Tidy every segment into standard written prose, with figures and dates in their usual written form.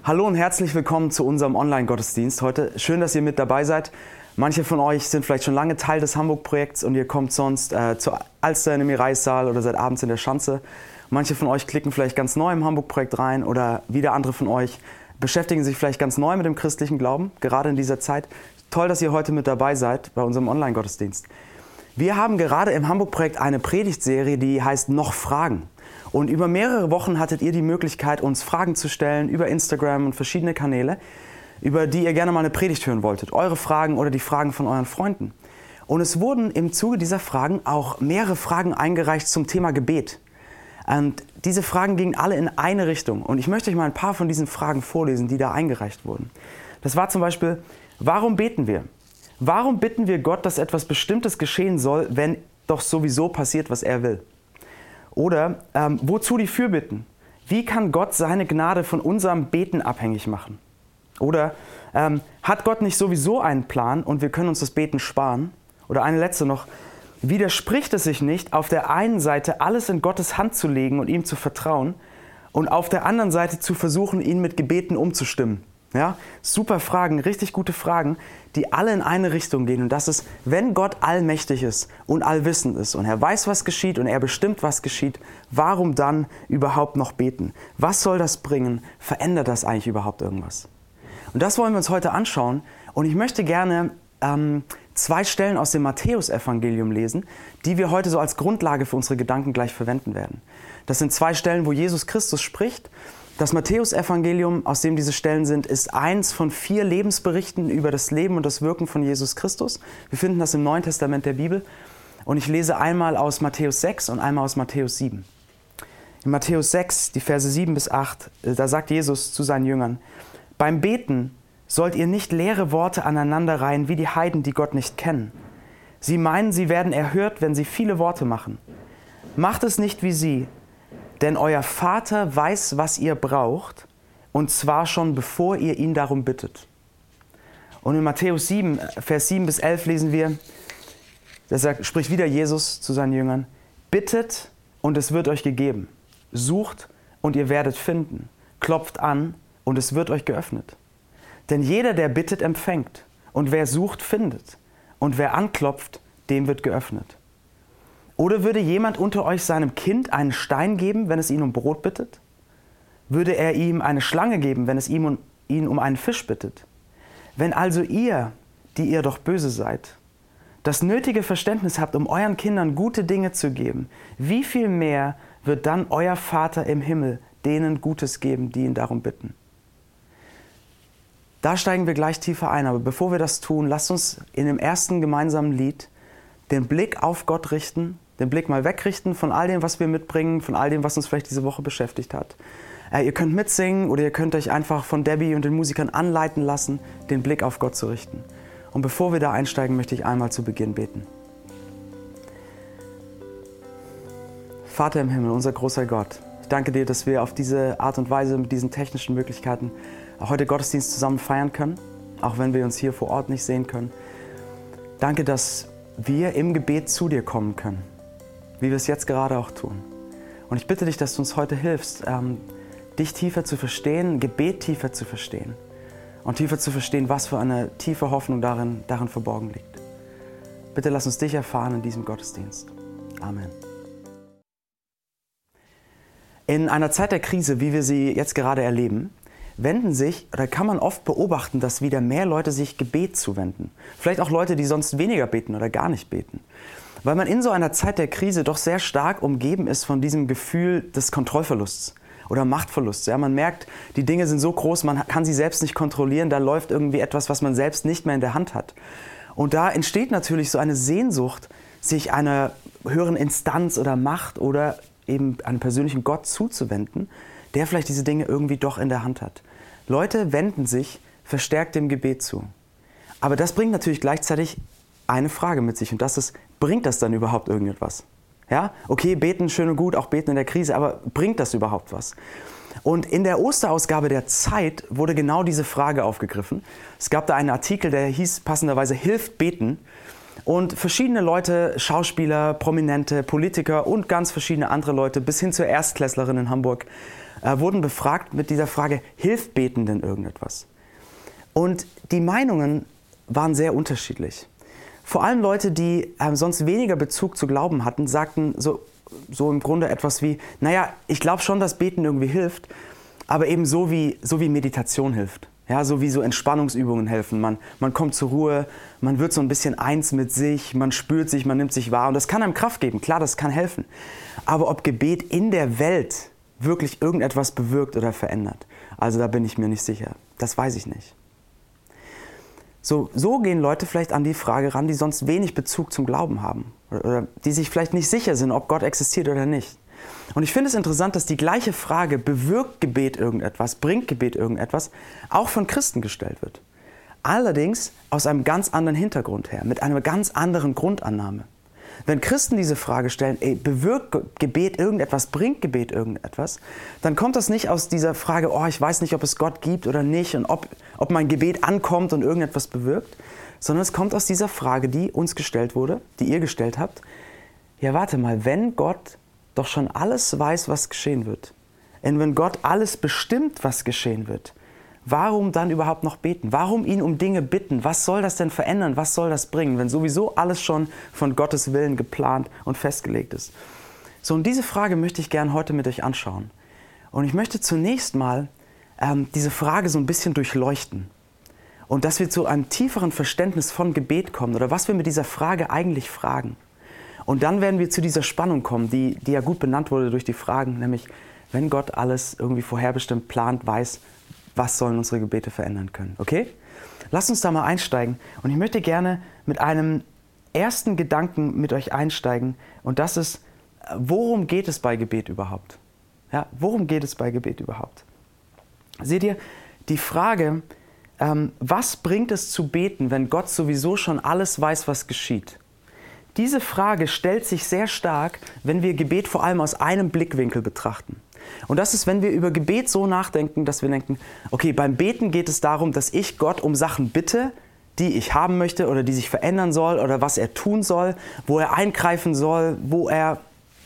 Hallo und herzlich willkommen zu unserem Online-Gottesdienst heute. Schön, dass ihr mit dabei seid. Manche von euch sind vielleicht schon lange Teil des Hamburg-Projekts und ihr kommt sonst zur Alster in den Miraissaal oder seid abends in der Schanze. Manche von euch klicken vielleicht ganz neu im Hamburg-Projekt rein oder wieder andere von euch beschäftigen sich vielleicht ganz neu mit dem christlichen Glauben, gerade in dieser Zeit. Toll, dass ihr heute mit dabei seid bei unserem Online-Gottesdienst. Wir haben gerade im Hamburg-Projekt eine Predigtserie, die heißt Noch Fragen. Und über mehrere Wochen hattet ihr die Möglichkeit, uns Fragen zu stellen über Instagram und verschiedene Kanäle, über die ihr gerne mal eine Predigt hören wolltet. Eure Fragen oder die Fragen von euren Freunden. Und es wurden im Zuge dieser Fragen auch mehrere Fragen eingereicht zum Thema Gebet. Und diese Fragen gingen alle in eine Richtung. Und ich möchte euch mal ein paar von diesen Fragen vorlesen, die da eingereicht wurden. Das war zum Beispiel, warum beten wir? Warum bitten wir Gott, dass etwas Bestimmtes geschehen soll, wenn doch sowieso passiert, was er will? Oder wozu die Fürbitten? Wie kann Gott seine Gnade von unserem Beten abhängig machen? Oder hat Gott nicht sowieso einen Plan und wir können uns das Beten sparen? Oder eine letzte noch. Widerspricht es sich nicht, auf der einen Seite alles in Gottes Hand zu legen und ihm zu vertrauen und auf der anderen Seite zu versuchen, ihn mit Gebeten umzustimmen? Ja, super Fragen, richtig gute Fragen, die alle in eine Richtung gehen. Und das ist, wenn Gott allmächtig ist und allwissend ist und er weiß, was geschieht und er bestimmt, was geschieht, warum dann überhaupt noch beten? Was soll das bringen? Verändert das eigentlich überhaupt irgendwas? Und das wollen wir uns heute anschauen. Und ich möchte gerne zwei Stellen aus dem Matthäusevangelium lesen, die wir heute so als Grundlage für unsere Gedanken gleich verwenden werden. Das sind zwei Stellen, wo Jesus Christus spricht. Das Matthäusevangelium, aus dem diese Stellen sind, ist eins von 4 Lebensberichten über das Leben und das Wirken von Jesus Christus. Wir finden das im Neuen Testament der Bibel. Und ich lese einmal aus Matthäus 6 und einmal aus Matthäus 7. In Matthäus 6, die Verse 7 bis 8, da sagt Jesus zu seinen Jüngern, beim Beten sollt ihr nicht leere Worte aneinanderreihen wie die Heiden, die Gott nicht kennen. Sie meinen, sie werden erhört, wenn sie viele Worte machen. Macht es nicht wie sie, denn euer Vater weiß, was ihr braucht, und zwar schon bevor ihr ihn darum bittet. Und in Matthäus 7, Vers 7 bis 11 lesen wir, spricht wieder Jesus zu seinen Jüngern, bittet und es wird euch gegeben, sucht und ihr werdet finden, klopft an und es wird euch geöffnet. Denn jeder, der bittet, empfängt, und wer sucht, findet, und wer anklopft, dem wird geöffnet. Oder würde jemand unter euch seinem Kind einen Stein geben, wenn es ihn um Brot bittet? Würde er ihm eine Schlange geben, wenn es ihn um einen Fisch bittet? Wenn also ihr, die ihr doch böse seid, das nötige Verständnis habt, um euren Kindern gute Dinge zu geben, wie viel mehr wird dann euer Vater im Himmel denen Gutes geben, die ihn darum bitten? Da steigen wir gleich tiefer ein, aber bevor wir das tun, lasst uns in dem ersten gemeinsamen Lied den Blick auf Gott richten, den Blick mal wegrichten von all dem, was wir mitbringen, von all dem, was uns vielleicht diese Woche beschäftigt hat. Ihr könnt mitsingen oder ihr könnt euch einfach von Debbie und den Musikern anleiten lassen, den Blick auf Gott zu richten. Und bevor wir da einsteigen, möchte ich einmal zu Beginn beten. Vater im Himmel, unser großer Gott, ich danke dir, dass wir auf diese Art und Weise mit diesen technischen Möglichkeiten heute Gottesdienst zusammen feiern können, auch wenn wir uns hier vor Ort nicht sehen können. Danke, dass wir im Gebet zu dir kommen können, wie wir es jetzt gerade auch tun. Und ich bitte dich, dass du uns heute hilfst, dich tiefer zu verstehen, Gebet tiefer zu verstehen und tiefer zu verstehen, was für eine tiefe Hoffnung darin verborgen liegt. Bitte lass uns dich erfahren in diesem Gottesdienst. Amen. In einer Zeit der Krise, wie wir sie jetzt gerade erleben, kann man oft beobachten, dass wieder mehr Leute sich Gebet zuwenden. Vielleicht auch Leute, die sonst weniger beten oder gar nicht beten. Weil man in so einer Zeit der Krise doch sehr stark umgeben ist von diesem Gefühl des Kontrollverlusts oder Machtverlusts. Ja, man merkt, die Dinge sind so groß, man kann sie selbst nicht kontrollieren, da läuft irgendwie etwas, was man selbst nicht mehr in der Hand hat. Und da entsteht natürlich so eine Sehnsucht, sich einer höheren Instanz oder Macht oder eben einem persönlichen Gott zuzuwenden, der vielleicht diese Dinge irgendwie doch in der Hand hat. Leute wenden sich verstärkt dem Gebet zu. Aber das bringt natürlich gleichzeitig eine Frage mit sich und das ist, bringt das dann überhaupt irgendetwas? Ja, okay, beten schön und gut, auch beten in der Krise, aber bringt das überhaupt was? Und in der Osterausgabe der Zeit wurde genau diese Frage aufgegriffen. Es gab da einen Artikel, der hieß passenderweise Hilft beten. Und verschiedene Leute, Schauspieler, Prominente, Politiker und ganz verschiedene andere Leute, bis hin zur Erstklässlerin in Hamburg, wurden befragt mit dieser Frage, hilft Beten denn irgendetwas? Und die Meinungen waren sehr unterschiedlich. Vor allem Leute, die sonst weniger Bezug zu Glauben hatten, sagten so im Grunde etwas wie, naja, ich glaube schon, dass Beten irgendwie hilft, aber eben so wie Meditation hilft. Ja, so wie so Entspannungsübungen helfen. Man kommt zur Ruhe, man wird so ein bisschen eins mit sich, man spürt sich, man nimmt sich wahr. Und das kann einem Kraft geben, klar, das kann helfen. Aber ob Gebet in der Welt wirklich irgendetwas bewirkt oder verändert, also da bin ich mir nicht sicher. Das weiß ich nicht. So gehen Leute vielleicht an die Frage ran, die sonst wenig Bezug zum Glauben haben. Oder die sich vielleicht nicht sicher sind, ob Gott existiert oder nicht. Und ich finde es interessant, dass die gleiche Frage, bewirkt Gebet irgendetwas, bringt Gebet irgendetwas, auch von Christen gestellt wird. Allerdings aus einem ganz anderen Hintergrund her, mit einer ganz anderen Grundannahme. Wenn Christen diese Frage stellen, bewirkt Gebet irgendetwas, bringt Gebet irgendetwas, dann kommt das nicht aus dieser Frage, ich weiß nicht, ob es Gott gibt oder nicht und ob mein Gebet ankommt und irgendetwas bewirkt, sondern es kommt aus dieser Frage, die uns gestellt wurde, die ihr gestellt habt. Ja, warte mal, wenn Gott doch schon alles weiß, was geschehen wird, und wenn Gott alles bestimmt, was geschehen wird, warum dann überhaupt noch beten? Warum ihn um Dinge bitten? Was soll das denn verändern? Was soll das bringen, wenn sowieso alles schon von Gottes Willen geplant und festgelegt ist? So, und diese Frage möchte ich gerne heute mit euch anschauen. Und ich möchte zunächst mal diese Frage so ein bisschen durchleuchten. Und dass wir zu einem tieferen Verständnis von Gebet kommen oder was wir mit dieser Frage eigentlich fragen. Und dann werden wir zu dieser Spannung kommen, die ja gut benannt wurde durch die Fragen, nämlich wenn Gott alles irgendwie vorherbestimmt plant, weiß, was sollen unsere Gebete verändern können. Okay? Lasst uns da mal einsteigen. Und ich möchte gerne mit einem ersten Gedanken mit euch einsteigen. Und das ist, worum geht es bei Gebet überhaupt? Ja, worum geht es bei Gebet überhaupt? Seht ihr, die Frage, was bringt es zu beten, wenn Gott sowieso schon alles weiß, was geschieht? Diese Frage stellt sich sehr stark, wenn wir Gebet vor allem aus einem Blickwinkel betrachten. Und das ist, wenn wir über Gebet so nachdenken, dass wir denken, okay, beim Beten geht es darum, dass ich Gott um Sachen bitte, die ich haben möchte oder die sich verändern soll oder was er tun soll, wo er eingreifen soll, wo er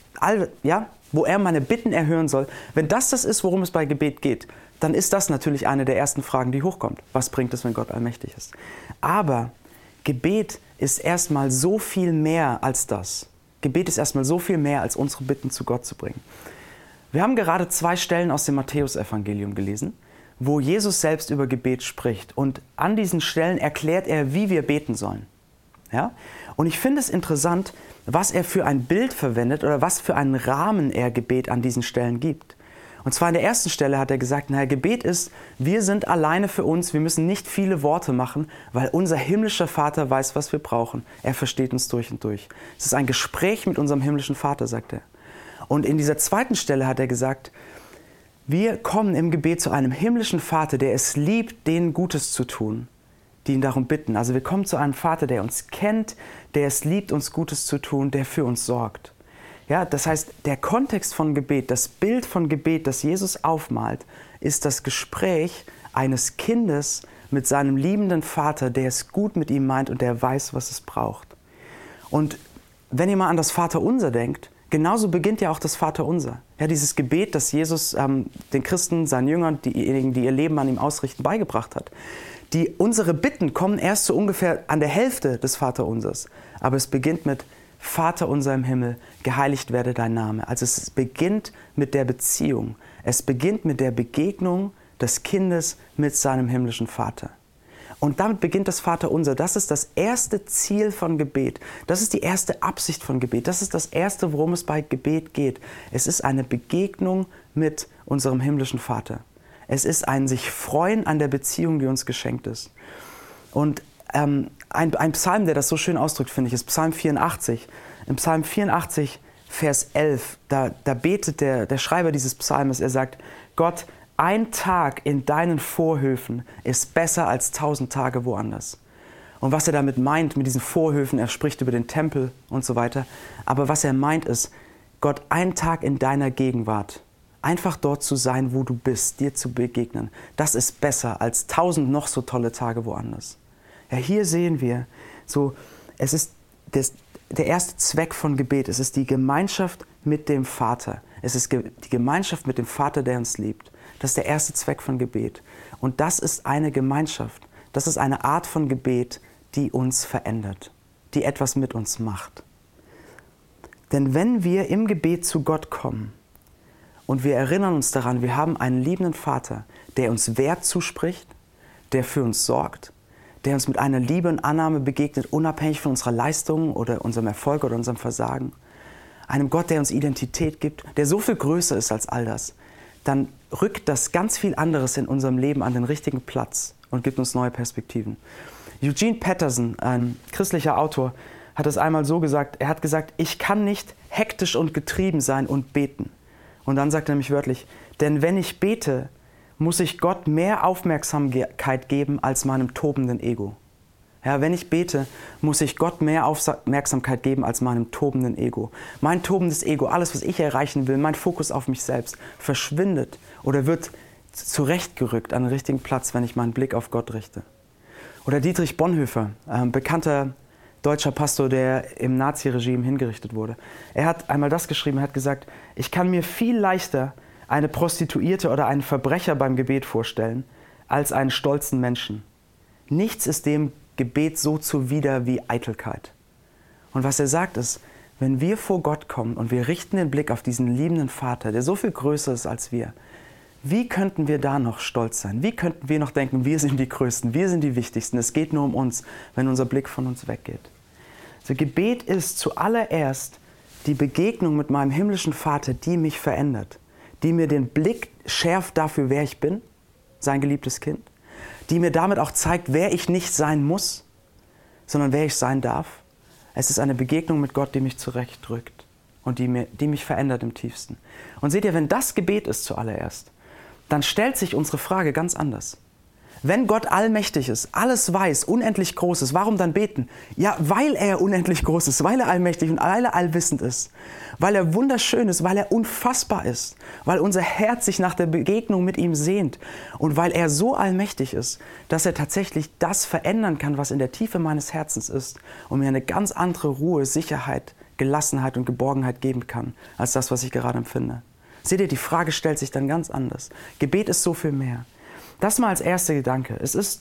meine Bitten erhören soll. Wenn das ist, worum es bei Gebet geht, dann ist das natürlich eine der ersten Fragen, die hochkommt. Was bringt es, wenn Gott allmächtig ist? Aber Gebet ist erstmal so viel mehr als das. Gebet ist erstmal so viel mehr, als unsere Bitten zu Gott zu bringen. Wir haben gerade 2 Stellen aus dem Matthäusevangelium gelesen, wo Jesus selbst über Gebet spricht. Und an diesen Stellen erklärt er, wie wir beten sollen. Ja? Und ich finde es interessant, was er für ein Bild verwendet oder was für einen Rahmen er Gebet an diesen Stellen gibt. Und zwar an der ersten Stelle hat er gesagt, Gebet ist, wir sind alleine für uns, wir müssen nicht viele Worte machen, weil unser himmlischer Vater weiß, was wir brauchen. Er versteht uns durch und durch. Es ist ein Gespräch mit unserem himmlischen Vater, sagt er. Und in dieser zweiten Stelle hat er gesagt, wir kommen im Gebet zu einem himmlischen Vater, der es liebt, denen Gutes zu tun, die ihn darum bitten. Also wir kommen zu einem Vater, der uns kennt, der es liebt, uns Gutes zu tun, der für uns sorgt. Ja, das heißt, der Kontext von Gebet, das Bild von Gebet, das Jesus aufmalt, ist das Gespräch eines Kindes mit seinem liebenden Vater, der es gut mit ihm meint und der weiß, was es braucht. Und wenn ihr mal an das Vaterunser denkt, genauso beginnt ja auch das Vaterunser. Ja, dieses Gebet, das Jesus den Christen, seinen Jüngern, diejenigen, die ihr Leben an ihm ausrichten, beigebracht hat. Unsere Bitten kommen erst so ungefähr an der Hälfte des Vaterunsers. Aber es beginnt mit Vater unser im Himmel, geheiligt werde dein Name. Also es beginnt mit der Beziehung. Es beginnt mit der Begegnung des Kindes mit seinem himmlischen Vater. Und damit beginnt das Vaterunser. Das ist das erste Ziel von Gebet. Das ist die erste Absicht von Gebet. Das ist das erste, worum es bei Gebet geht. Es ist eine Begegnung mit unserem himmlischen Vater. Es ist ein sich freuen an der Beziehung, die uns geschenkt ist. Und ein Psalm, der das so schön ausdrückt, finde ich, ist Psalm 84. Im Psalm 84, Vers 11, da betet der Schreiber dieses Psalmes, er sagt, Gott, ein Tag in deinen Vorhöfen ist besser als 1000 Tage woanders. Und was er damit meint, mit diesen Vorhöfen, er spricht über den Tempel und so weiter, aber was er meint ist, Gott, ein Tag in deiner Gegenwart, einfach dort zu sein, wo du bist, dir zu begegnen, das ist besser als 1000 noch so tolle Tage woanders. Ja, hier sehen wir, es ist der erste Zweck von Gebet, es ist die Gemeinschaft mit dem Vater. Es ist die Gemeinschaft mit dem Vater, der uns liebt. Das ist der erste Zweck von Gebet. Und das ist eine Gemeinschaft. Das ist eine Art von Gebet, die uns verändert, die etwas mit uns macht. Denn wenn wir im Gebet zu Gott kommen und wir erinnern uns daran, wir haben einen liebenden Vater, der uns Wert zuspricht, der für uns sorgt, der uns mit einer Liebe und Annahme begegnet, unabhängig von unserer Leistung oder unserem Erfolg oder unserem Versagen, einem Gott, der uns Identität gibt, der so viel größer ist als all das, dann rückt das ganz viel anderes in unserem Leben an den richtigen Platz und gibt uns neue Perspektiven. Eugene Peterson, ein christlicher Autor, hat es einmal so gesagt, er hat gesagt, ich kann nicht hektisch und getrieben sein und beten. Und dann sagt er nämlich wörtlich, denn wenn ich bete, muss ich Gott mehr Aufmerksamkeit geben als meinem tobenden Ego. Ja, wenn ich bete, muss ich Gott mehr Aufmerksamkeit geben als meinem tobenden Ego. Mein tobendes Ego, alles, was ich erreichen will, mein Fokus auf mich selbst, verschwindet oder wird zurechtgerückt an den richtigen Platz, wenn ich meinen Blick auf Gott richte. Oder Dietrich Bonhoeffer, bekannter deutscher Pastor, der im Naziregime hingerichtet wurde. Er hat einmal das geschrieben, er hat gesagt, ich kann mir viel leichter eine Prostituierte oder einen Verbrecher beim Gebet vorstellen, als einen stolzen Menschen. Nichts ist dem Gebet so zuwider wie Eitelkeit. Und was er sagt ist, wenn wir vor Gott kommen und wir richten den Blick auf diesen liebenden Vater, der so viel größer ist als wir, wie könnten wir da noch stolz sein? Wie könnten wir noch denken, wir sind die Größten, wir sind die Wichtigsten, es geht nur um uns, wenn unser Blick von uns weggeht? Also Gebet ist zuallererst die Begegnung mit meinem himmlischen Vater, die mich verändert, die mir den Blick schärft dafür, wer ich bin, sein geliebtes Kind, die mir damit auch zeigt, wer ich nicht sein muss, sondern wer ich sein darf. Es ist eine Begegnung mit Gott, die mich zurechtdrückt und die mich verändert im tiefsten. Und seht ihr, wenn das Gebet ist zuallererst, dann stellt sich unsere Frage ganz anders. Wenn Gott allmächtig ist, alles weiß, unendlich groß ist, warum dann beten? Ja, weil er unendlich groß ist, weil er allmächtig und weil er allwissend ist, weil er wunderschön ist, weil er unfassbar ist, weil unser Herz sich nach der Begegnung mit ihm sehnt und weil er so allmächtig ist, dass er tatsächlich das verändern kann, was in der Tiefe meines Herzens ist und mir eine ganz andere Ruhe, Sicherheit, Gelassenheit und Geborgenheit geben kann, als das, was ich gerade empfinde. Seht ihr, die Frage stellt sich dann ganz anders. Gebet ist so viel mehr. Das mal als erster Gedanke. Es ist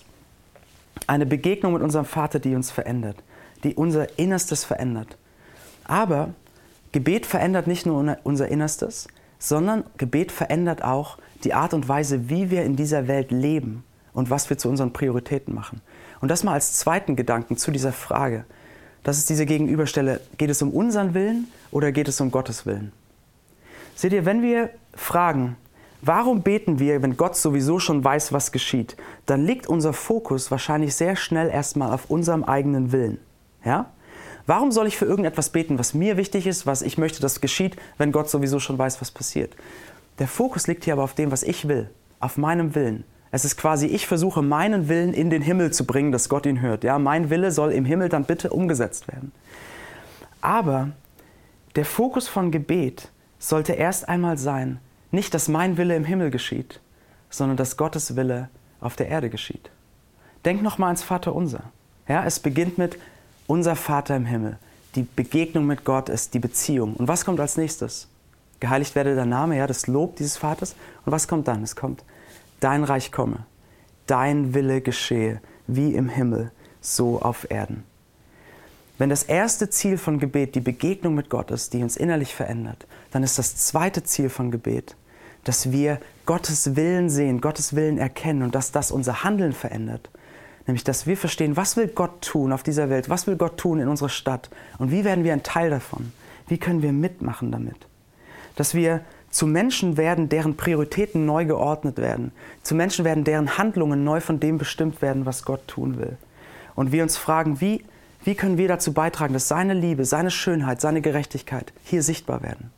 eine Begegnung mit unserem Vater, die uns verändert, die unser Innerstes verändert. Aber Gebet verändert nicht nur unser Innerstes, sondern Gebet verändert auch die Art und Weise, wie wir in dieser Welt leben und was wir zu unseren Prioritäten machen. Und das mal als zweiten Gedanken zu dieser Frage. Das ist diese Gegenüberstelle, geht es um unseren Willen oder geht es um Gottes Willen? Seht ihr, wenn wir fragen, warum beten wir, wenn Gott sowieso schon weiß, was geschieht, dann liegt unser Fokus wahrscheinlich sehr schnell erstmal auf unserem eigenen Willen. Ja? Warum soll ich für irgendetwas beten, was mir wichtig ist, was ich möchte, dass geschieht, wenn Gott sowieso schon weiß, was passiert? Der Fokus liegt hier aber auf dem, was ich will, auf meinem Willen. Es ist quasi, ich versuche meinen Willen in den Himmel zu bringen, dass Gott ihn hört. Ja? Mein Wille soll im Himmel dann bitte umgesetzt werden. Aber der Fokus von Gebet sollte erst einmal sein, nicht, dass mein Wille im Himmel geschieht, sondern dass Gottes Wille auf der Erde geschieht. Denk nochmal ans Vaterunser. Ja, es beginnt mit unser Vater im Himmel. Die Begegnung mit Gott ist die Beziehung. Und was kommt als nächstes? Geheiligt werde dein Name, ja, das Lob dieses Vaters. Und was kommt dann? Es kommt, dein Reich komme, dein Wille geschehe, wie im Himmel, so auf Erden. Wenn das erste Ziel von Gebet die Begegnung mit Gott ist, die uns innerlich verändert, dann ist das zweite Ziel von Gebet, dass wir Gottes Willen sehen, Gottes Willen erkennen und dass das unser Handeln verändert. Nämlich, dass wir verstehen, was will Gott tun auf dieser Welt, was will Gott tun in unserer Stadt und wie werden wir ein Teil davon? Wie können wir mitmachen damit? Dass wir zu Menschen werden, deren Prioritäten neu geordnet werden, zu Menschen werden, deren Handlungen neu von dem bestimmt werden, was Gott tun will. Und wir uns fragen, wie können wir dazu beitragen, dass seine Liebe, seine Schönheit, seine Gerechtigkeit hier sichtbar werden?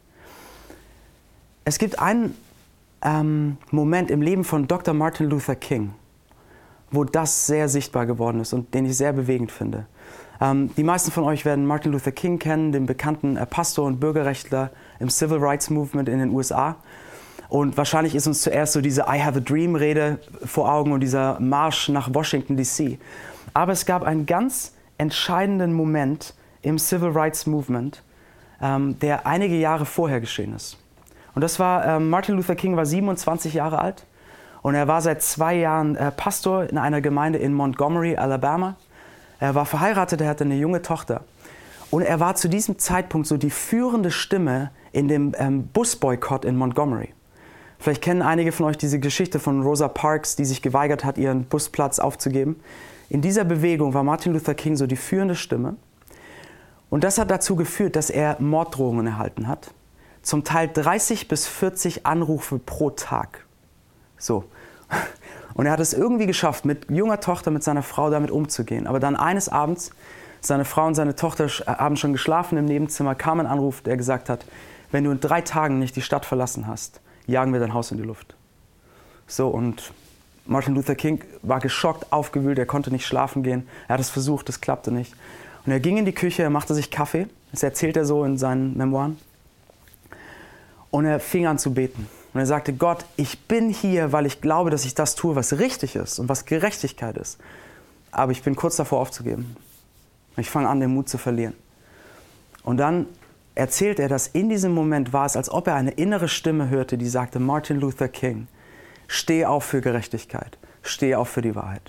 Es gibt einen Moment im Leben von Dr. Martin Luther King, wo das sehr sichtbar geworden ist und den ich sehr bewegend finde. Die meisten von euch werden Martin Luther King kennen, den bekannten Pastor und Bürgerrechtler im Civil Rights Movement in den USA. Und wahrscheinlich ist uns zuerst so diese I have a Dream Rede vor Augen und dieser Marsch nach Washington DC. Aber es gab einen ganz entscheidenden Moment im Civil Rights Movement, der einige Jahre vorher geschehen ist. Und das war, Martin Luther King war 27 Jahre alt und er war seit 2 Jahren Pastor in einer Gemeinde in Montgomery, Alabama. Er war verheiratet, er hatte eine junge Tochter. Und er war zu diesem Zeitpunkt so die führende Stimme in dem Busboykott in Montgomery. Vielleicht kennen einige von euch diese Geschichte von Rosa Parks, die sich geweigert hat, ihren Busplatz aufzugeben. In dieser Bewegung war Martin Luther King so die führende Stimme. Und das hat dazu geführt, dass er Morddrohungen erhalten hat. Zum Teil 30 bis 40 Anrufe pro Tag. So. Und er hat es irgendwie geschafft, mit junger Tochter, mit seiner Frau damit umzugehen. Aber dann eines Abends, seine Frau und seine Tochter haben schon geschlafen im Nebenzimmer, kam ein Anruf, der gesagt hat, wenn du in 3 Tagen nicht die Stadt verlassen hast, jagen wir dein Haus in die Luft. So, und Martin Luther King war geschockt, aufgewühlt, er konnte nicht schlafen gehen. Er hat es versucht, es klappte nicht. Und er ging in die Küche, er machte sich Kaffee, das erzählt er so in seinen Memoiren. Und er fing an zu beten. Und er sagte, Gott, ich bin hier, weil ich glaube, dass ich das tue, was richtig ist und was Gerechtigkeit ist. Aber ich bin kurz davor aufzugeben. Ich fange an, den Mut zu verlieren. Und dann erzählt er, dass in diesem Moment war es, als ob er eine innere Stimme hörte, die sagte, Martin Luther King, steh auf für Gerechtigkeit, steh auf für die Wahrheit.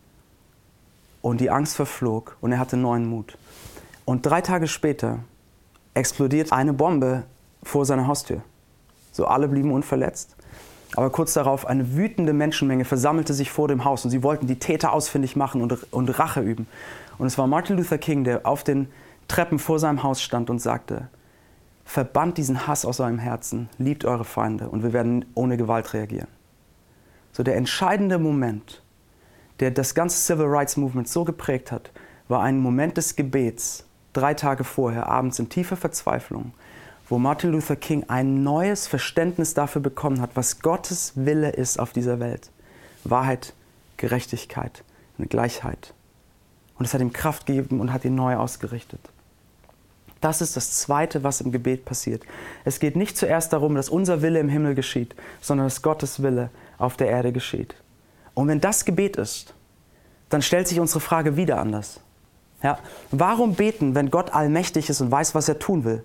Und die Angst verflog und er hatte neuen Mut. Und 3 Tage später explodiert eine Bombe vor seiner Haustür. So, alle blieben unverletzt. Aber kurz darauf, eine wütende Menschenmenge versammelte sich vor dem Haus und sie wollten die Täter ausfindig machen und Rache üben. Und es war Martin Luther King, der auf den Treppen vor seinem Haus stand und sagte, verbannt diesen Hass aus eurem Herzen, liebt eure Feinde und wir werden ohne Gewalt reagieren. So, der entscheidende Moment, der das ganze Civil Rights Movement so geprägt hat, war ein Moment des Gebets, 3 Tage vorher, abends in tiefer Verzweiflung, wo Martin Luther King ein neues Verständnis dafür bekommen hat, was Gottes Wille ist auf dieser Welt. Wahrheit, Gerechtigkeit und Gleichheit. Und es hat ihm Kraft gegeben und hat ihn neu ausgerichtet. Das ist das Zweite, was im Gebet passiert. Es geht nicht zuerst darum, dass unser Wille im Himmel geschieht, sondern dass Gottes Wille auf der Erde geschieht. Und wenn das Gebet ist, dann stellt sich unsere Frage wieder anders. Ja, warum beten, wenn Gott allmächtig ist und weiß, was er tun will?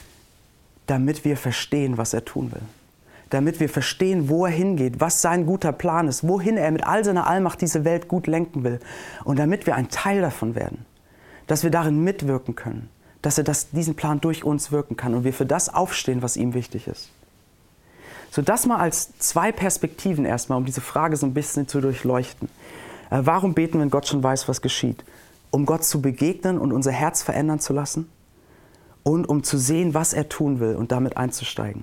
Damit wir verstehen, was er tun will. Damit wir verstehen, wo er hingeht, was sein guter Plan ist, wohin er mit all seiner Allmacht diese Welt gut lenken will. Und damit wir ein Teil davon werden, dass wir darin mitwirken können, dass er diesen Plan durch uns wirken kann und wir für das aufstehen, was ihm wichtig ist. So, das mal als 2 Perspektiven erstmal, um diese Frage so ein bisschen zu durchleuchten. Warum beten, wenn Gott schon weiß, was geschieht? Um Gott zu begegnen und unser Herz verändern zu lassen und um zu sehen, was er tun will und damit einzusteigen.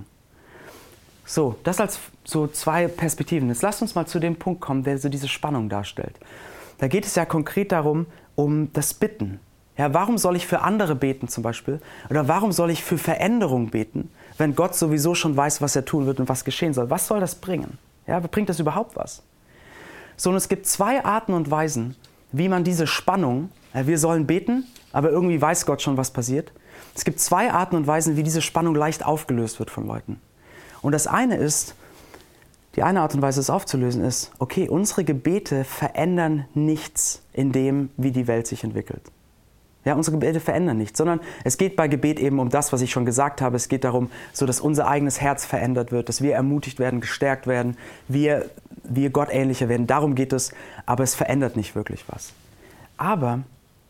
So, das als so 2 Perspektiven. Jetzt lasst uns mal zu dem Punkt kommen, der so diese Spannung darstellt. Da geht es ja konkret darum, um das Bitten. Ja, warum soll ich für andere beten zum Beispiel? Oder warum soll ich für Veränderung beten, wenn Gott sowieso schon weiß, was er tun wird und was geschehen soll? Was soll das bringen? Ja, bringt das überhaupt was? So, und es gibt 2 Arten und Weisen, wie man diese Spannung, wir sollen beten, aber irgendwie weiß Gott schon, was passiert. Es gibt 2 Arten und Weisen, wie diese Spannung leicht aufgelöst wird von Leuten. Und das eine ist, die eine Art und Weise, es aufzulösen, ist, okay, unsere Gebete verändern nichts in dem, wie die Welt sich entwickelt. Ja, unsere Gebete verändern nichts, sondern es geht bei Gebet eben um das, was ich schon gesagt habe. Es geht darum, so dass unser eigenes Herz verändert wird, dass wir ermutigt werden, gestärkt werden, wir Gott ähnlicher werden. Darum geht es, aber es verändert nicht wirklich was. Aber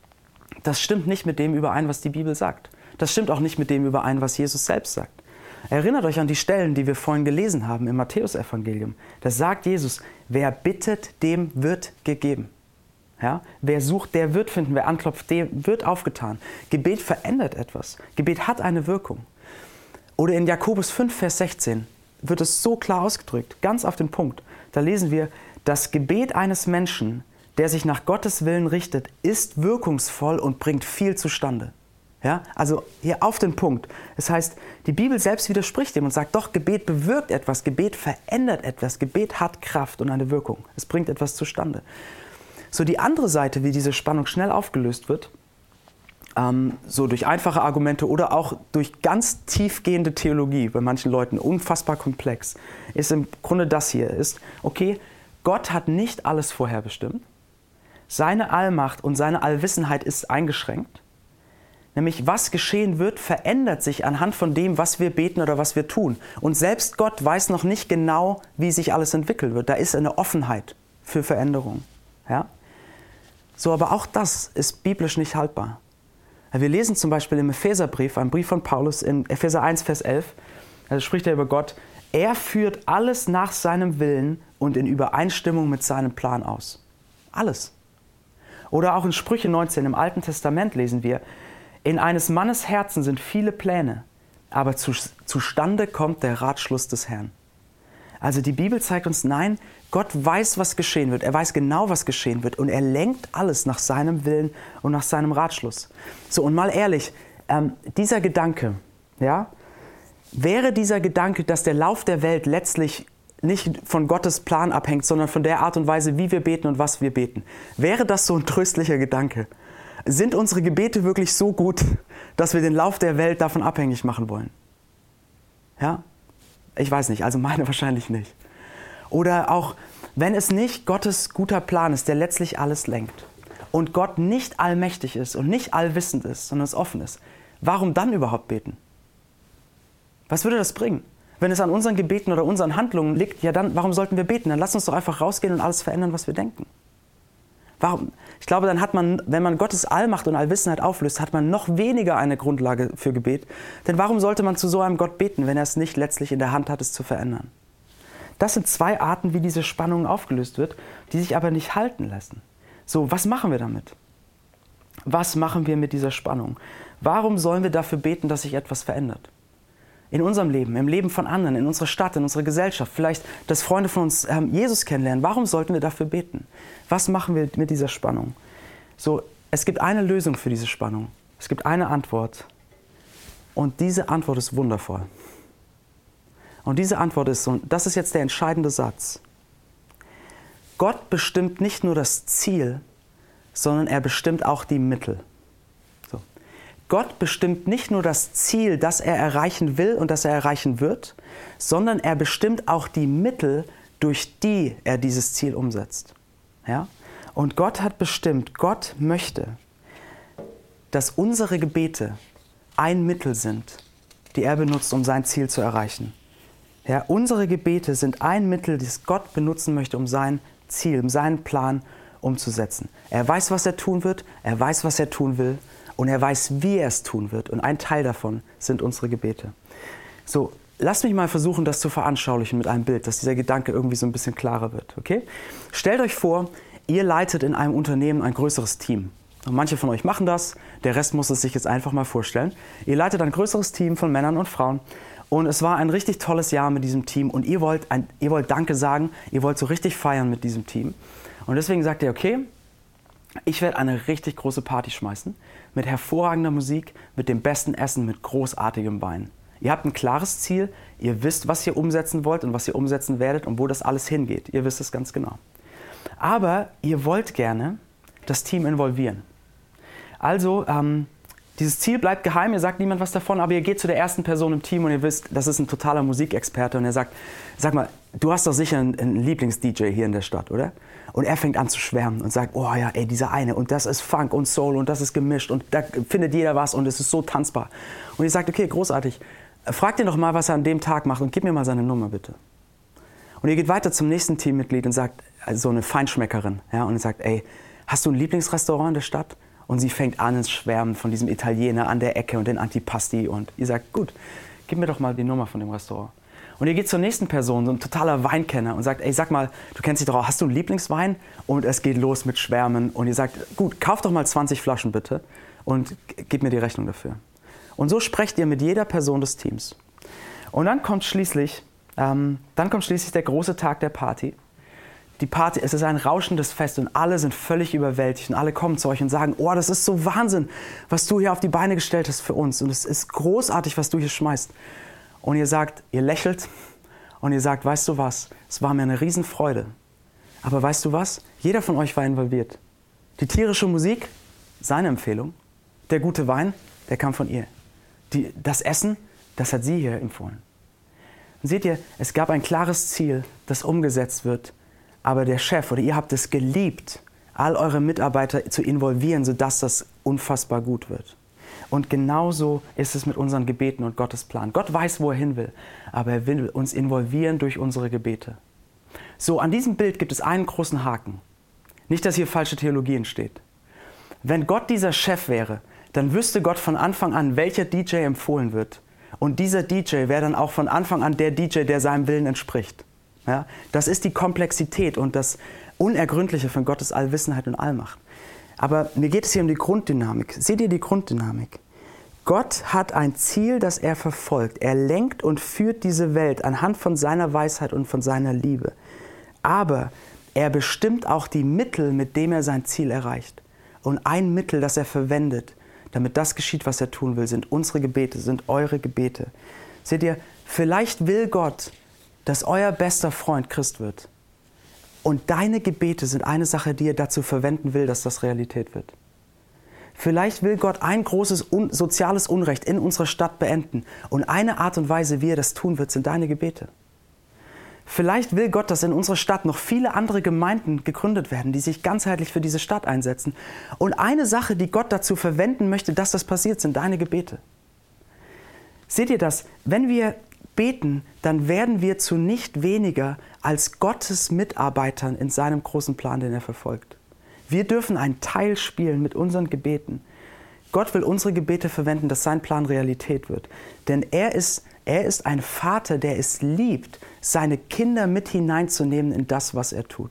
das stimmt nicht mit dem überein, was die Bibel sagt. Das stimmt auch nicht mit dem überein, was Jesus selbst sagt. Erinnert euch an die Stellen, die wir vorhin gelesen haben im Matthäusevangelium. Da sagt Jesus, wer bittet, dem wird gegeben. Ja? Wer sucht, der wird finden. Wer anklopft, dem wird aufgetan. Gebet verändert etwas. Gebet hat eine Wirkung. Oder in Jakobus 5, Vers 16 wird es so klar ausgedrückt, ganz auf den Punkt. Da lesen wir, das Gebet eines Menschen, der sich nach Gottes Willen richtet, ist wirkungsvoll und bringt viel zustande. Ja? Also hier auf den Punkt. Das heißt, die Bibel selbst widerspricht dem und sagt, doch, Gebet bewirkt etwas, Gebet verändert etwas, Gebet hat Kraft und eine Wirkung. Es bringt etwas zustande. So, die andere Seite, wie diese Spannung schnell aufgelöst wird, so durch einfache Argumente oder auch durch ganz tiefgehende Theologie, bei manchen Leuten unfassbar komplex, ist im Grunde das hier, ist, okay, Gott hat nicht alles vorherbestimmt, seine Allmacht und seine Allwissenheit ist eingeschränkt, Nämlich, was geschehen wird, verändert sich anhand von dem, was wir beten oder was wir tun. Und selbst Gott weiß noch nicht genau, wie sich alles entwickeln wird. Da ist eine Offenheit für Veränderung. Ja? So, aber auch das ist biblisch nicht haltbar. Wir lesen zum Beispiel im Epheserbrief, einem Brief von Paulus in Epheser 1, Vers 11, also spricht er über Gott, er führt alles nach seinem Willen und in Übereinstimmung mit seinem Plan aus. Alles. Oder auch in Sprüche 19 im Alten Testament lesen wir, in eines Mannes Herzen sind viele Pläne, aber zustande kommt der Ratschluss des Herrn. Also die Bibel zeigt uns, nein, Gott weiß, was geschehen wird. Er weiß genau, was geschehen wird. Und er lenkt alles nach seinem Willen und nach seinem Ratschluss. So, und mal ehrlich, dieser Gedanke, ja, wäre dieser Gedanke, dass der Lauf der Welt letztlich nicht von Gottes Plan abhängt, sondern von der Art und Weise, wie wir beten und was wir beten. Wäre das so ein tröstlicher Gedanke? Sind unsere Gebete wirklich so gut, dass wir den Lauf der Welt davon abhängig machen wollen? Ja? Ich weiß nicht, also meine wahrscheinlich nicht. Oder auch, wenn es nicht Gottes guter Plan ist, der letztlich alles lenkt und Gott nicht allmächtig ist und nicht allwissend ist, sondern es offen ist, warum dann überhaupt beten? Was würde das bringen? Wenn es an unseren Gebeten oder unseren Handlungen liegt, ja dann, warum sollten wir beten? Dann lass uns doch einfach rausgehen und alles verändern, was wir denken. Warum? Ich glaube, dann hat man, wenn man Gottes Allmacht und Allwissenheit auflöst, hat man noch weniger eine Grundlage für Gebet. Denn warum sollte man zu so einem Gott beten, wenn er es nicht letztlich in der Hand hat, es zu verändern? Das sind zwei Arten, wie diese Spannung aufgelöst wird, die sich aber nicht halten lassen. So, was machen wir damit? Was machen wir mit dieser Spannung? Warum sollen wir dafür beten, dass sich etwas verändert? In unserem Leben, im Leben von anderen, in unserer Stadt, in unserer Gesellschaft, vielleicht, dass Freunde von uns Jesus kennenlernen. Warum sollten wir dafür beten? Was machen wir mit dieser Spannung? So, es gibt eine Lösung für diese Spannung. Es gibt eine Antwort. Und diese Antwort ist wundervoll. Und diese Antwort ist, und das ist jetzt der entscheidende Satz, Gott bestimmt nicht nur das Ziel, sondern er bestimmt auch die Mittel. Gott bestimmt nicht nur das Ziel, das er erreichen will und das er erreichen wird, sondern er bestimmt auch die Mittel, durch die er dieses Ziel umsetzt. Ja? Und Gott hat bestimmt, Gott möchte, dass unsere Gebete ein Mittel sind, die er benutzt, um sein Ziel zu erreichen. Ja, unsere Gebete sind ein Mittel, das Gott benutzen möchte, um sein Ziel, um seinen Plan umzusetzen. Er weiß, was er tun wird, er weiß, was er tun will. Und er weiß, wie er es tun wird. Und ein Teil davon sind unsere Gebete. So, lasst mich mal versuchen, das zu veranschaulichen mit einem Bild, dass dieser Gedanke irgendwie so ein bisschen klarer wird. Okay? Stellt euch vor, ihr leitet in einem Unternehmen ein größeres Team. Und manche von euch machen das, der Rest muss es sich jetzt einfach mal vorstellen. Ihr leitet ein größeres Team von Männern und Frauen. Und es war ein richtig tolles Jahr mit diesem Team. Und ihr wollt Danke sagen, ihr wollt so richtig feiern mit diesem Team. Und deswegen sagt ihr, okay, ich werde eine richtig große Party schmeißen, mit hervorragender Musik, mit dem besten Essen, mit großartigem Wein. Ihr habt ein klares Ziel, ihr wisst, was ihr umsetzen wollt und was ihr umsetzen werdet und wo das alles hingeht. Ihr wisst es ganz genau. Aber ihr wollt gerne das Team involvieren. Also, dieses Ziel bleibt geheim, ihr sagt niemand was davon, aber ihr geht zu der ersten Person im Team und ihr wisst, das ist ein totaler Musikexperte und er sagt, sag mal, du hast doch sicher einen Lieblings-DJ hier in der Stadt, oder? Und er fängt an zu schwärmen und sagt, oh ja, ey, dieser eine und das ist Funk und Soul und das ist gemischt und da findet jeder was und es ist so tanzbar. Und ihr sagt, okay, großartig, frag ihn doch mal, was er an dem Tag macht und gib mir mal seine Nummer bitte. Und ihr geht weiter zum nächsten Teammitglied und sagt, also so eine Feinschmeckerin, ja, und ihr sagt, ey, hast du ein Lieblingsrestaurant in der Stadt? Und sie fängt an ins Schwärmen von diesem Italiener an der Ecke und den Antipasti und ihr sagt, gut, gib mir doch mal die Nummer von dem Restaurant. Und ihr geht zur nächsten Person, so ein totaler Weinkenner und sagt, ey, sag mal, du kennst dich doch auch, hast du einen Lieblingswein? Und es geht los mit Schwärmen und ihr sagt, gut, kauf doch mal 20 Flaschen bitte und gib mir die Rechnung dafür. Und so sprecht ihr mit jeder Person des Teams. Und dann kommt schließlich der große Tag der Party. Die Party, es ist ein rauschendes Fest und alle sind völlig überwältigt und alle kommen zu euch und sagen, oh, das ist so Wahnsinn, was du hier auf die Beine gestellt hast für uns und es ist großartig, was du hier schmeißt. Und ihr sagt, ihr lächelt und ihr sagt, weißt du was, es war mir eine Riesenfreude. Aber weißt du was, jeder von euch war involviert. Die tierische Musik, seine Empfehlung. Der gute Wein, der kam von ihr. Das Essen, das hat sie hier empfohlen. Und seht ihr, es gab ein klares Ziel, das umgesetzt wird. Aber der Chef oder ihr habt es geliebt, all eure Mitarbeiter zu involvieren, sodass das unfassbar gut wird. Und genauso ist es mit unseren Gebeten und Gottes Plan. Gott weiß, wo er hin will, aber er will uns involvieren durch unsere Gebete. So, an diesem Bild gibt es einen großen Haken. Nicht, dass hier falsche Theologie entsteht. Wenn Gott dieser Chef wäre, dann wüsste Gott von Anfang an, welcher DJ empfohlen wird. Und dieser DJ wäre dann auch von Anfang an der DJ, der seinem Willen entspricht. Ja? Das ist die Komplexität und das Unergründliche von Gottes Allwissenheit und Allmacht. Aber mir geht es hier um die Grunddynamik. Seht ihr die Grunddynamik? Gott hat ein Ziel, das er verfolgt. Er lenkt und führt diese Welt anhand von seiner Weisheit und von seiner Liebe. Aber er bestimmt auch die Mittel, mit denen er sein Ziel erreicht. Und ein Mittel, das er verwendet, damit das geschieht, was er tun will, sind unsere Gebete, sind eure Gebete. Seht ihr, vielleicht will Gott, dass euer bester Freund Christ wird. Und deine Gebete sind eine Sache, die er dazu verwenden will, dass das Realität wird. Vielleicht will Gott ein großes soziales Unrecht in unserer Stadt beenden. Und eine Art und Weise, wie er das tun wird, sind deine Gebete. Vielleicht will Gott, dass in unserer Stadt noch viele andere Gemeinden gegründet werden, die sich ganzheitlich für diese Stadt einsetzen. Und eine Sache, die Gott dazu verwenden möchte, dass das passiert, sind deine Gebete. Seht ihr das? Wenn wir beten, dann werden wir zu nicht weniger als Gottes Mitarbeitern in seinem großen Plan, den er verfolgt. Wir dürfen einen Teil spielen mit unseren Gebeten. Gott will unsere Gebete verwenden, dass sein Plan Realität wird. Denn er ist ein Vater, der es liebt, seine Kinder mit hineinzunehmen in das, was er tut.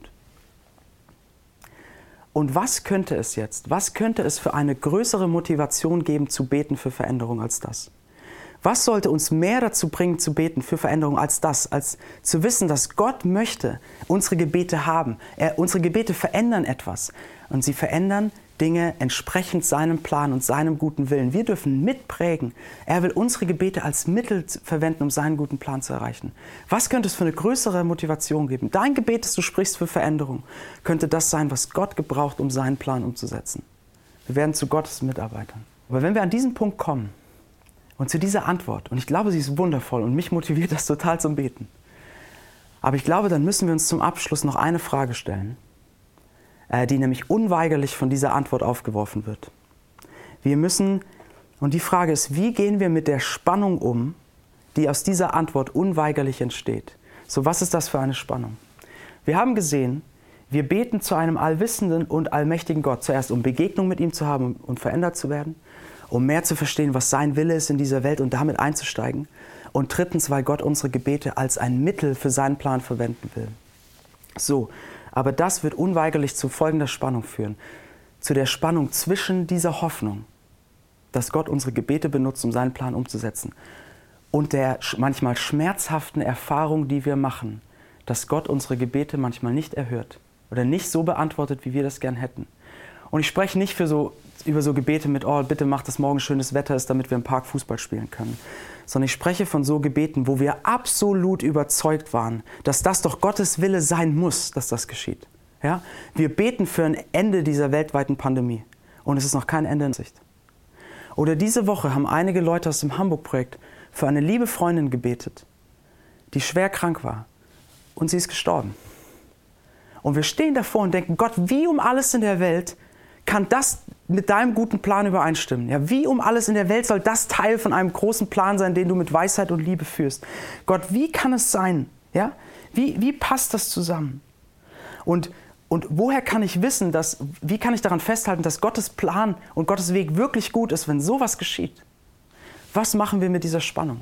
Und was könnte es für eine größere Motivation geben, zu beten für Veränderung als das? Was sollte uns mehr dazu bringen, zu beten für Veränderung als das, als zu wissen, dass Gott möchte unsere Gebete haben. Unsere Gebete verändern etwas und sie verändern Dinge entsprechend seinem Plan und seinem guten Willen. Wir dürfen mitprägen. Er will unsere Gebete als Mittel verwenden, um seinen guten Plan zu erreichen. Was könnte es für eine größere Motivation geben? Dein Gebet, das du sprichst für Veränderung, könnte das sein, was Gott gebraucht, um seinen Plan umzusetzen. Wir werden zu Gottes Mitarbeitern. Aber wenn wir an diesen Punkt kommen und zu dieser Antwort, und ich glaube, sie ist wundervoll und mich motiviert das total zum Beten, aber ich glaube, dann müssen wir uns zum Abschluss noch eine Frage stellen, die nämlich unweigerlich von dieser Antwort aufgeworfen wird. Und die Frage ist, wie gehen wir mit der Spannung um, die aus dieser Antwort unweigerlich entsteht? So, was ist das für eine Spannung? Wir haben gesehen, wir beten zu einem allwissenden und allmächtigen Gott, zuerst um Begegnung mit ihm zu haben und verändert zu werden, um mehr zu verstehen, was sein Wille ist in dieser Welt und damit einzusteigen. Und drittens, weil Gott unsere Gebete als ein Mittel für seinen Plan verwenden will. So, aber das wird unweigerlich zu folgender Spannung führen. Zu der Spannung zwischen dieser Hoffnung, dass Gott unsere Gebete benutzt, um seinen Plan umzusetzen, und der manchmal schmerzhaften Erfahrung, die wir machen, dass Gott unsere Gebete manchmal nicht erhört oder nicht so beantwortet, wie wir das gern hätten. Und ich spreche nicht über so Gebete mit, oh, bitte mach, dass morgen schönes Wetter ist, damit wir im Park Fußball spielen können. Sondern ich spreche von so Gebeten, wo wir absolut überzeugt waren, dass das doch Gottes Wille sein muss, dass das geschieht. Ja? Wir beten für ein Ende dieser weltweiten Pandemie und es ist noch kein Ende in Sicht. Oder diese Woche haben einige Leute aus dem Hamburg-Projekt für eine liebe Freundin gebetet, die schwer krank war und sie ist gestorben. Und wir stehen davor und denken, Gott, wie um alles in der Welt kann das mit deinem guten Plan übereinstimmen? Ja, wie um alles in der Welt soll das Teil von einem großen Plan sein, den du mit Weisheit und Liebe führst? Gott, wie kann es sein? Ja? Wie passt das zusammen? Und woher kann ich wissen, wie kann ich daran festhalten, dass Gottes Plan und Gottes Weg wirklich gut ist, wenn sowas geschieht? Was machen wir mit dieser Spannung?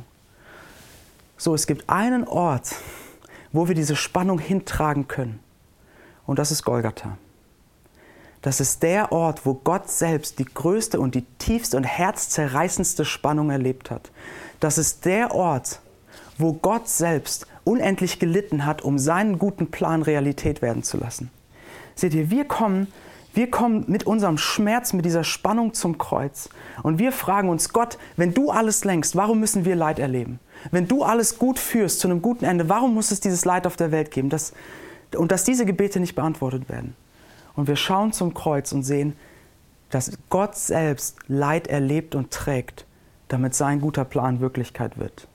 So, es gibt einen Ort, wo wir diese Spannung hintragen können. Und das ist Golgatha. Das ist der Ort, wo Gott selbst die größte und die tiefste und herzzerreißendste Spannung erlebt hat. Das ist der Ort, wo Gott selbst unendlich gelitten hat, um seinen guten Plan Realität werden zu lassen. Seht ihr, wir kommen mit unserem Schmerz, mit dieser Spannung zum Kreuz und wir fragen uns, Gott, wenn du alles lenkst, warum müssen wir Leid erleben? Wenn du alles gut führst zu einem guten Ende, warum muss es dieses Leid auf der Welt geben? Dass diese Gebete nicht beantwortet werden. Und wir schauen zum Kreuz und sehen, dass Gott selbst Leid erlebt und trägt, damit sein guter Plan Wirklichkeit wird.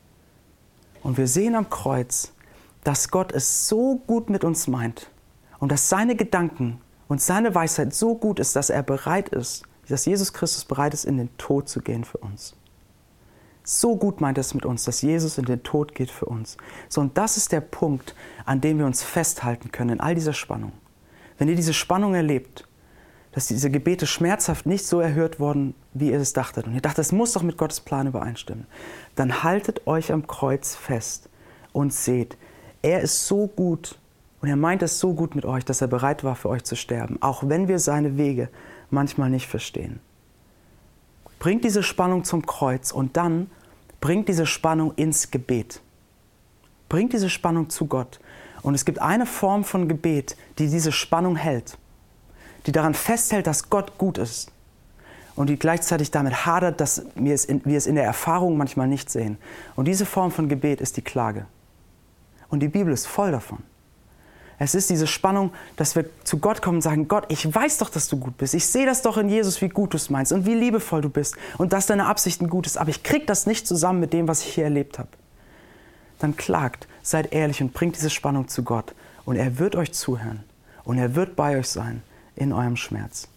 Und wir sehen am Kreuz, dass Gott es so gut mit uns meint und dass seine Gedanken und seine Weisheit so gut ist, dass er bereit ist, dass Jesus Christus bereit ist, in den Tod zu gehen für uns. So gut meint er es mit uns, dass Jesus in den Tod geht für uns. So, und das ist der Punkt, an dem wir uns festhalten können in all dieser Spannung. Wenn ihr diese Spannung erlebt, dass diese Gebete schmerzhaft nicht so erhört wurden, wie ihr es dachtet, und ihr dachtet, das muss doch mit Gottes Plan übereinstimmen, dann haltet euch am Kreuz fest und seht, er ist so gut und er meint es so gut mit euch, dass er bereit war, für euch zu sterben, auch wenn wir seine Wege manchmal nicht verstehen. Bringt diese Spannung zum Kreuz und dann bringt diese Spannung ins Gebet. Bringt diese Spannung zu Gott. Und es gibt eine Form von Gebet, die diese Spannung hält, die daran festhält, dass Gott gut ist und die gleichzeitig damit hadert, dass wir es in der Erfahrung manchmal nicht sehen. Und diese Form von Gebet ist die Klage. Und die Bibel ist voll davon. Es ist diese Spannung, dass wir zu Gott kommen und sagen, Gott, ich weiß doch, dass du gut bist. Ich sehe das doch in Jesus, wie gut du es meinst und wie liebevoll du bist und dass deine Absichten gut ist. Aber ich kriege das nicht zusammen mit dem, was ich hier erlebt habe. Dann klagt, seid ehrlich und bringt diese Spannung zu Gott. Und er wird euch zuhören. Und er wird bei euch sein in eurem Schmerz.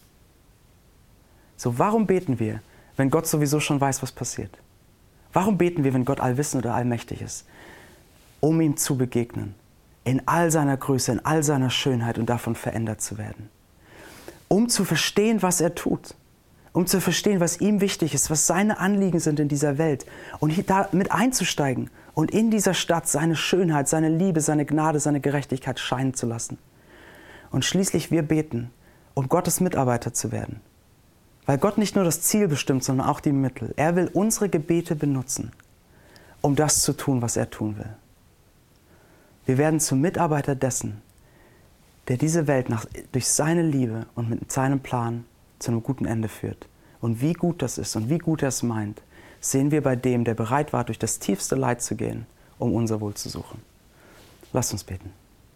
So, warum beten wir, wenn Gott sowieso schon weiß, was passiert? Warum beten wir, wenn Gott allwissend oder allmächtig ist? Um ihm zu begegnen. In all seiner Größe, in all seiner Schönheit und davon verändert zu werden. Um zu verstehen, was er tut. Um zu verstehen, was ihm wichtig ist, was seine Anliegen sind in dieser Welt. Und hier da mit einzusteigen und in dieser Stadt seine Schönheit, seine Liebe, seine Gnade, seine Gerechtigkeit scheinen zu lassen. Und schließlich wir beten, um Gottes Mitarbeiter zu werden. Weil Gott nicht nur das Ziel bestimmt, sondern auch die Mittel. Er will unsere Gebete benutzen, um das zu tun, was er tun will. Wir werden zum Mitarbeiter dessen, der diese Welt durch seine Liebe und mit seinem Plan zu einem guten Ende führt. Und wie gut das ist und wie gut er es meint, sehen wir bei dem, der bereit war, durch das tiefste Leid zu gehen, um unser Wohl zu suchen. Lasst uns beten.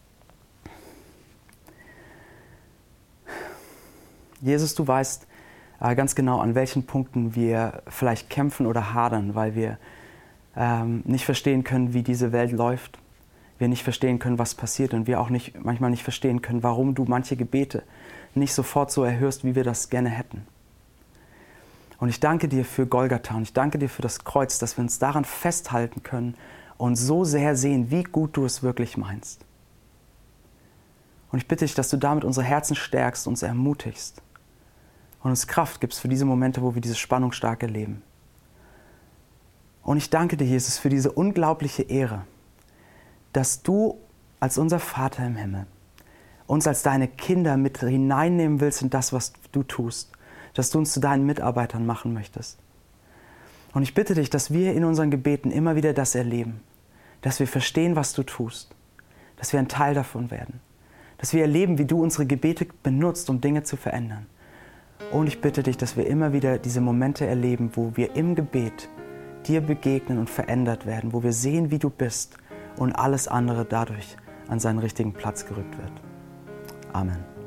Jesus, du weißt ganz genau, an welchen Punkten wir vielleicht kämpfen oder hadern, weil wir nicht verstehen können, wie diese Welt läuft. Wir nicht verstehen können, was passiert und wir auch manchmal nicht verstehen können, warum du manche Gebete nicht sofort so erhörst, wie wir das gerne hätten. Und ich danke dir für Golgatha und ich danke dir für das Kreuz, dass wir uns daran festhalten können und so sehr sehen, wie gut du es wirklich meinst. Und ich bitte dich, dass du damit unsere Herzen stärkst, uns ermutigst und uns Kraft gibst für diese Momente, wo wir diese Spannung stark erleben. Und ich danke dir, Jesus, für diese unglaubliche Ehre, dass du als unser Vater im Himmel uns als deine Kinder mit hineinnehmen willst in das, was du tust, dass du uns zu deinen Mitarbeitern machen möchtest. Und ich bitte dich, dass wir in unseren Gebeten immer wieder das erleben, dass wir verstehen, was du tust, dass wir ein Teil davon werden, dass wir erleben, wie du unsere Gebete benutzt, um Dinge zu verändern. Und ich bitte dich, dass wir immer wieder diese Momente erleben, wo wir im Gebet dir begegnen und verändert werden, wo wir sehen, wie du bist und alles andere dadurch an seinen richtigen Platz gerückt wird. Amen.